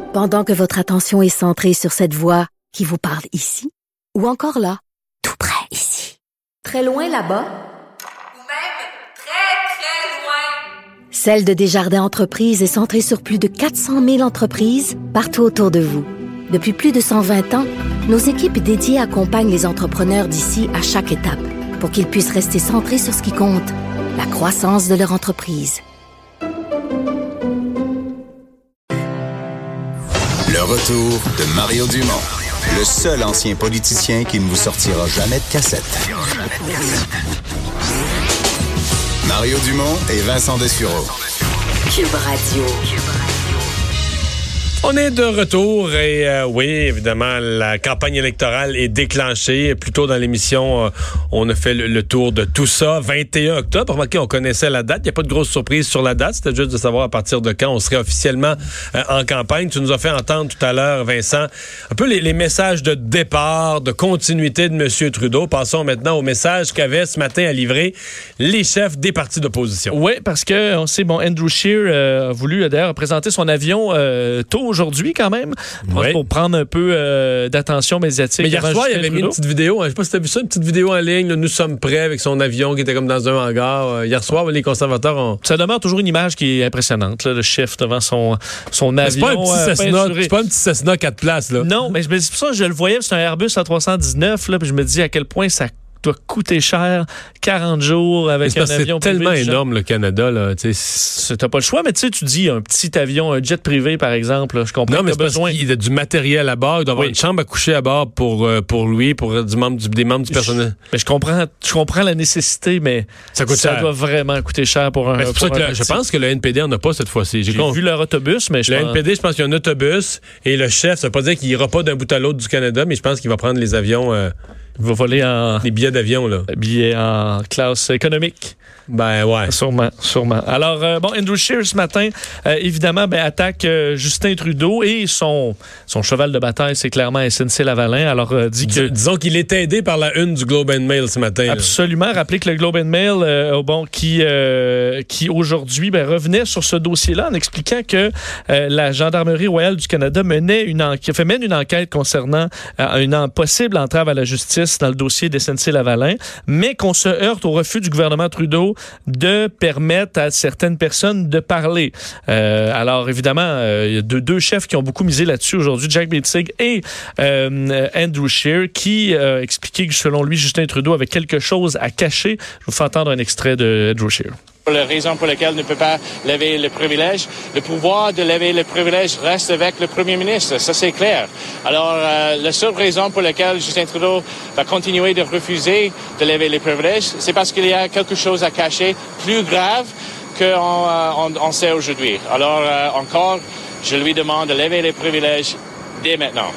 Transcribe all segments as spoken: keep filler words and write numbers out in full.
Pendant que votre attention est centrée sur cette voix qui vous parle ici, ou encore là, tout près ici, très loin là-bas, ou même très, très loin. Celle de Desjardins Entreprises est centrée sur plus de quatre cent mille entreprises partout autour de vous. Depuis plus de cent vingt ans, nos équipes dédiées accompagnent les entrepreneurs d'ici à chaque étape pour qu'ils puissent rester centrés sur ce qui compte, la croissance de leur entreprise. Le retour de Mario Dumont, le seul ancien politicien qui ne vous sortira jamais de cassette. Mario Dumont et Vincent Dessureau. Cube Radio. On est de retour et euh, oui, évidemment, la campagne électorale est déclenchée. Plus tôt dans l'émission, euh, on a fait le, le tour de tout ça. vingt et un octobre, remarquez, on connaissait la date. Il n'y a pas de grosse surprise sur la date. C'était juste de savoir à partir de quand on serait officiellement euh, en campagne. Tu nous as fait entendre tout à l'heure, Vincent, un peu les, les messages de départ, de continuité de M. Trudeau. Passons maintenant au message qu'avaient ce matin à livrer les chefs des partis d'opposition. Oui, parce que on sait, bon, Andrew Scheer euh, a voulu euh, d'ailleurs présenter son avion euh, tôt aujourd'hui quand même, oui. Pour prendre un peu euh, d'attention médiatique. Mais hier soir, il avait mis une petite vidéo, hein, je sais pas si tu as vu ça, une petite vidéo en ligne, là, nous sommes prêts avec son avion qui était comme dans un hangar. Euh, hier soir, les conservateurs ont... Ça demeure toujours une image qui est impressionnante, là, le chef devant son, son avion. C'est pas un petit euh, Cessna, c'est pas un petit Cessna quatre places. Là. Non, mais je me dis, pour ça, je le voyais, c'est un Airbus A trois cent dix-neuf, là, puis je me dis à quel point ça doit coûter cher, quarante jours avec un avion privé. C'est tellement privé, énorme, le Canada. Là, t'as pas le choix, mais tu sais, tu dis un petit avion, un jet privé, par exemple, là, je comprends. Non, mais que t'as besoin. Il y a du matériel à bord, il doit avoir oui. une chambre à coucher à bord pour, euh, pour lui, pour du membre, du, des membres du personnel. Je, mais je comprends, je comprends la nécessité, mais ça, coûte ça cher. doit vraiment coûter cher pour un. Mais c'est pour, pour ça que le, je pense que le N P D en a pas cette fois-ci. J'ai, J'ai con... vu leur autobus, mais je Le pense... N P D, je pense qu'il y a un autobus et le chef, ça veut pas dire qu'il ira pas d'un bout à l'autre du Canada, mais je pense qu'il va prendre les avions. Euh, Il va voler en... Les billets d'avion, là. Billets en classe économique. Ben ouais. Sûrement, sûrement. Alors, euh, bon, Andrew Scheer, ce matin, euh, évidemment, ben, attaque euh, Justin Trudeau et son, son cheval de bataille, c'est clairement S N C-Lavalin. Alors, euh, dit que... Dis, disons qu'il est aidé par la une du Globe and Mail ce matin. Absolument. Là. Rappelez que le Globe and Mail, euh, bon, qui, euh, qui aujourd'hui ben, revenait sur ce dossier-là en expliquant que euh, la Gendarmerie royale du Canada menait une enquête, fait mène une enquête concernant euh, une en, possible entrave à la justice dans le dossier d'S N C-Lavalin, mais qu'on se heurte au refus du gouvernement Trudeau de permettre à certaines personnes de parler. Euh, alors, évidemment, euh, il y a deux, deux chefs qui ont beaucoup misé là-dessus aujourd'hui, Jack Metzing et euh, Andrew Scheer, qui euh, expliquaient que, selon lui, Justin Trudeau avait quelque chose à cacher. Je vous fais entendre un extrait de Andrew Scheer. La raison pour laquelle ne peut pas lever le privilège, le pouvoir de lever le privilège reste avec le premier ministre, ça c'est clair. Alors, euh, la seule raison pour laquelle Justin Trudeau va continuer de refuser de lever les privilèges, c'est parce qu'il y a quelque chose à cacher plus grave qu'on euh, on, on sait aujourd'hui. Alors, euh, encore, je lui demande de lever les privilèges dès maintenant.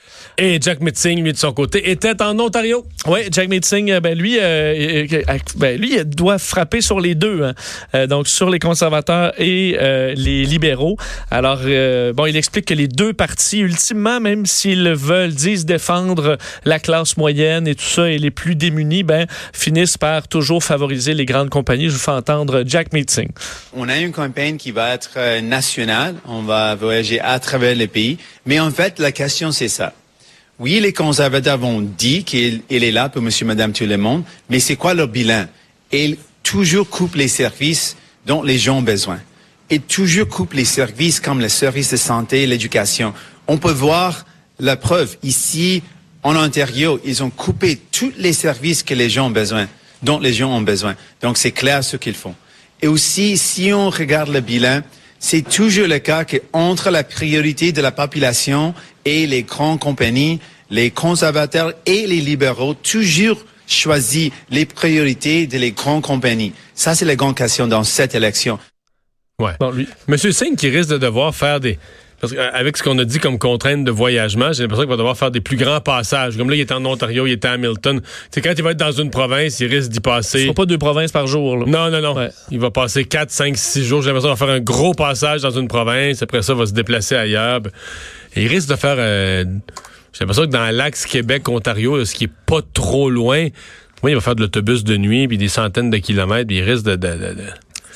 Et Jack Metzing, lui, de son côté, était en Ontario. Oui, Jack Metzing, ben lui, euh, ben lui, il doit frapper sur les deux, hein. euh, donc sur les conservateurs et euh, les libéraux. Alors, euh, bon, il explique que les deux partis, ultimement, même s'ils veulent, disent défendre la classe moyenne et tout ça, et les plus démunis, ben, finissent par toujours favoriser les grandes compagnies. Je vous fais entendre Jack Metzing. On a une campagne qui va être euh, nationale. On va voyager à travers le pays. Mais en fait, la question, c'est ça. Oui, les conservateurs ont dit qu'il est là pour monsieur, madame, tout le monde, mais c'est quoi leur bilan? Ils toujours coupent les services dont les gens ont besoin. Ils toujours coupent les services comme les services de santé et l'éducation. On peut voir la preuve. Ici, en Ontario, ils ont coupé tous les services que les gens ont besoin, dont les gens ont besoin. Donc, c'est clair ce qu'ils font. Et aussi, si on regarde le bilan, c'est toujours le cas qu'entre la priorité de la population et les grandes compagnies, les conservateurs et les libéraux toujours choisissent les priorités de les grandes compagnies. Ça, c'est la grande question dans cette élection. Ouais. Bon, lui. Monsieur Singh qui risque de devoir faire des... Parce qu'avec ce qu'on a dit comme contrainte de voyagement, j'ai l'impression qu'il va devoir faire des plus grands passages. Comme là, il est en Ontario, il est à Hamilton. C'est quand il va être dans une province, il risque d'y passer... Ce ne sera pas deux provinces par jour. Là. Non, non, non. Ouais. Il va passer quatre, cinq, six jours. J'ai l'impression qu'il va faire un gros passage dans une province. Après ça, il va se déplacer ailleurs. Et il risque de faire... Euh, j'ai l'impression que dans l'axe Québec-Ontario, ce qui est pas trop loin, oui, il va faire de l'autobus de nuit, puis des centaines de kilomètres, puis il risque de... de, de, de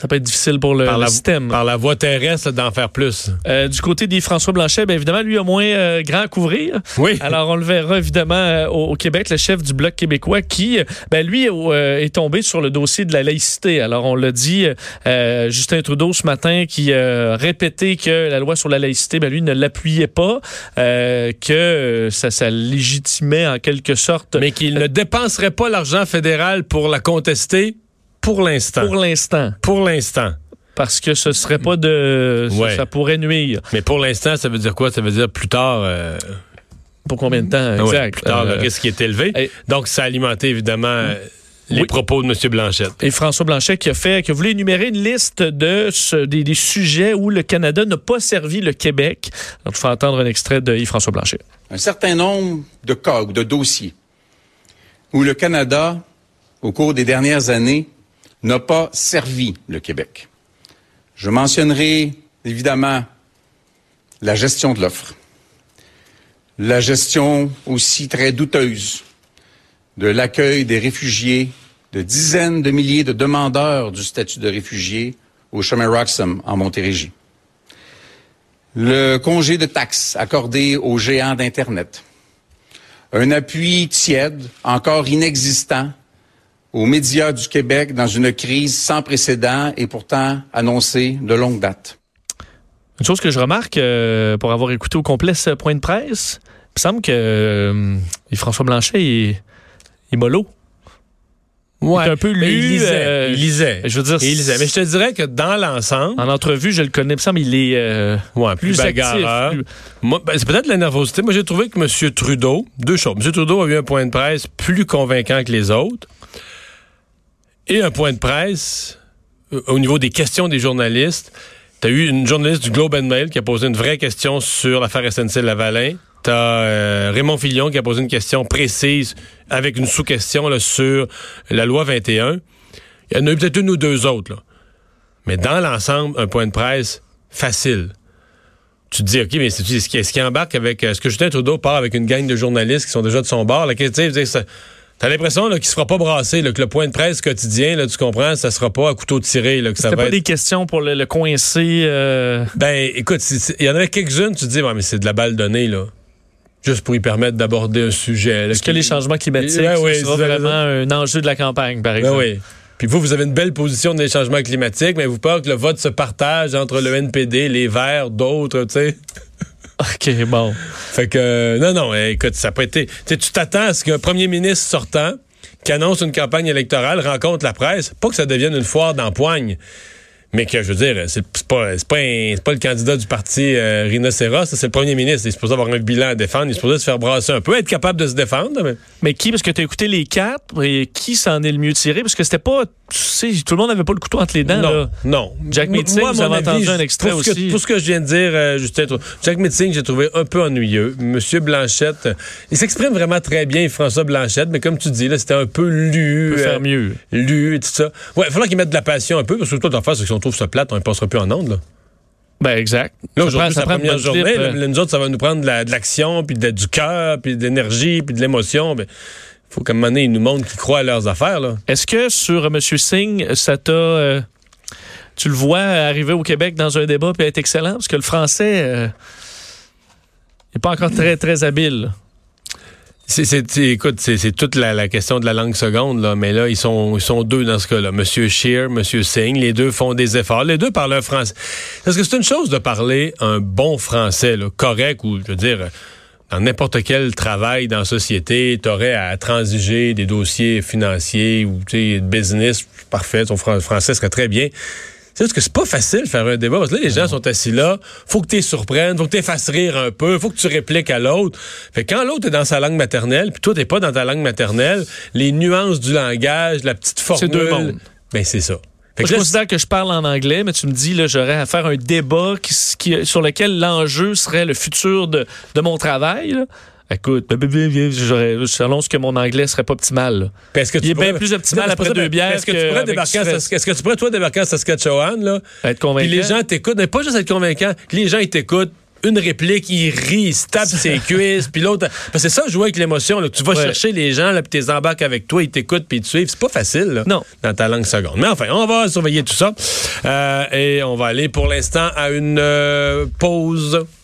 Ça peut être difficile pour le, par le la, système. Par la voie terrestre, d'en faire plus. Euh, du côté des François Blanchet, bien évidemment, lui a moins euh, grand à couvrir. Oui. Alors, on le verra évidemment euh, au, au Québec, le chef du Bloc québécois qui, ben, lui, euh, est tombé sur le dossier de la laïcité. Alors, on l'a dit, euh, Justin Trudeau ce matin qui euh, répétait que la loi sur la laïcité, ben, lui, ne l'appuyait pas, euh, que ça, ça légitimait en quelque sorte. Mais qu'il ne dépenserait pas l'argent fédéral pour la contester pour l'instant. Pour l'instant. Pour l'instant. Parce que ce serait pas de... Ouais. Ça, ça pourrait nuire. Mais pour l'instant, ça veut dire quoi? Ça veut dire plus tard... Euh... Pour combien de temps? Exact. Ouais, plus tard, euh... le risque est élevé. Et... Donc, ça a alimenté, évidemment... Euh... les oui. propos de M. Blanchette. Et François Blanchet qui a fait, qui a voulu énumérer une liste de ce, des, des sujets où le Canada n'a pas servi le Québec. Alors, je vais entendre un extrait de Yves-François Blanchet. Un certain nombre de cas ou de dossiers où le Canada, au cours des dernières années, n'a pas servi le Québec. Je mentionnerai évidemment la gestion de l'offre, la gestion aussi très douteuse de l'accueil des réfugiés, de dizaines de milliers de demandeurs du statut de réfugié au chemin Roxham en Montérégie. Le congé de taxes accordé aux géants d'Internet. Un appui tiède, encore inexistant, aux médias du Québec dans une crise sans précédent et pourtant annoncée de longue date. Une chose que je remarque, euh, pour avoir écouté au complet ce point de presse, il me semble que euh, François Blanchet est, est mollo. Ouais, il est un peu lu. Il lisait. Euh, il lisait. Je veux dire, il lisait. Mais je te dirais que dans l'ensemble... En entrevue, je le connais, il me semble il est euh, ouais, plus, plus bagarreur. Actif. Plus... Moi, ben, c'est peut-être la nervosité. Moi, j'ai trouvé que M. Trudeau... Deux choses. M. Trudeau a eu un point de presse plus convaincant que les autres. Et un point de presse euh, au niveau des questions des journalistes. Tu as eu une journaliste du Globe and Mail qui a posé une vraie question sur l'affaire S N C-Lavalin. Tu as euh, Raymond Filion qui a posé une question précise avec une sous-question là, sur la loi vingt et un. Il y en a eu peut-être une ou deux autres. Là. Mais dans l'ensemble, un point de presse facile. Tu te dis, OK, mais c'est, est-ce, qu'il, est-ce qu'il embarque avec... Est-ce que Justin Trudeau part avec une gang de journalistes qui sont déjà de son bord? Là, tu sais, ça... T'as l'impression là, qu'il se fera pas brasser, là, que le point de presse quotidien, là, tu comprends, ça sera pas à couteau tiré. Là, que ça C'était va pas être... des questions pour le, le coincer. Euh... Ben, écoute, il y en avait quelques-unes, tu te dis, ouais, mais c'est de la balle donnée, là. Juste pour y permettre d'aborder un sujet. Là, Est-ce qui... que les changements climatiques, ben, oui, sera vraiment un enjeu de la campagne, par exemple? Ben oui. Puis vous, vous avez une belle position des changements climatiques, mais vous peur que le vote se partage entre le N P D, les Verts, d'autres, tu sais. OK, bon. Fait que, euh, non, non, écoute, ça n'a pas été... Tu t'attends à ce qu'un premier ministre sortant qui annonce une campagne électorale rencontre la presse, pas que ça devienne une foire d'empoigne, mais que, je veux dire, c'est, c'est, pas, c'est, pas, un, c'est pas le candidat du parti euh, Rhinocéros, c'est le premier ministre. Il est supposé avoir un bilan à défendre, il est supposé se faire brasser un peu, être capable de se défendre. Mais, mais qui, parce que tu as écouté les quatre, et qui s'en est le mieux tiré? Parce que c'était pas... Tu sais, tout le monde n'avait pas le couteau entre les dents. Non, là. non. Jack Meeting, vous avez entendu un extrait pour aussi. Que, pour ce que je viens de dire, euh, Justin, Jack Meeting, j'ai trouvé un peu ennuyeux. Monsieur Blanchette, euh, il s'exprime vraiment très bien, François Blanchette, mais comme tu dis, là, c'était un peu lu. Il peut euh, faire mieux. Lu et tout ça. Ouais, il va falloir qu'il mette de la passion un peu, parce que toute l'autre affaire, c'est que si on trouve ça plate, on ne passera plus en onde, là. Ben, exact. Là, aujourd'hui, c'est la première journée. Clip, là, euh... nous autres, ça va nous prendre de, la, de l'action, puis de, du cœur, puis de l'énergie, puis de l'émotion. Ben, faut qu'à un moment donné, ils nous montrent qu'ils croient à leurs affaires, là. Est-ce que sur M. Singh, ça t'a... Euh, tu le vois arriver au Québec dans un débat et être excellent? Parce que le français euh, n'est pas encore très, très habile. C'est, c'est, c'est, écoute, c'est, c'est toute la, la question de la langue seconde, là, mais là, ils sont, ils sont deux dans ce cas-là. M. Scheer, M. Singh, les deux font des efforts. Les deux parlent un français. Parce que c'est une chose de parler un bon français, là, correct, ou, je veux dire... Dans n'importe quel travail dans la société, tu aurais à transiger des dossiers financiers ou de business. Parfait, ton fr- français serait très bien. C'est juste que c'est pas facile de faire un débat. Parce que là, les gens sont assis là. Faut que tu les surprennes, faut que tu les fasses rire un peu, faut que tu répliques à l'autre. Fait que quand l'autre est dans sa langue maternelle, puis toi, t'es pas dans ta langue maternelle, les nuances du langage, la petite formule... C'est deux mondes. Ben, c'est ça. Moi, je là, considère que je parle en anglais, mais tu me dis, là, j'aurais à faire un débat qui, qui, sur lequel l'enjeu serait le futur de, de mon travail. Là. Écoute, j'annonce que mon anglais serait pas optimal. Est-ce que tu Il est pourrais... bien plus optimal après deux bières. Est-ce que, que tu pourrais débarquer à, est-ce que tu pourrais, toi, débarquer à Saskatchewan, là? Être convaincant. Puis les gens t'écoutent, mais pas juste être convaincant, que les gens, ils t'écoutent une réplique, il rit, il se tape ses cuisses, puis l'autre... Parce que c'est ça, jouer avec l'émotion. Là, que tu vas ouais. chercher les gens, puis tu les embarques avec toi, ils t'écoutent, puis ils te suivent. C'est pas facile, là, non. dans ta langue seconde. Mais enfin, on va surveiller tout ça. Euh, et on va aller pour l'instant à une euh, pause.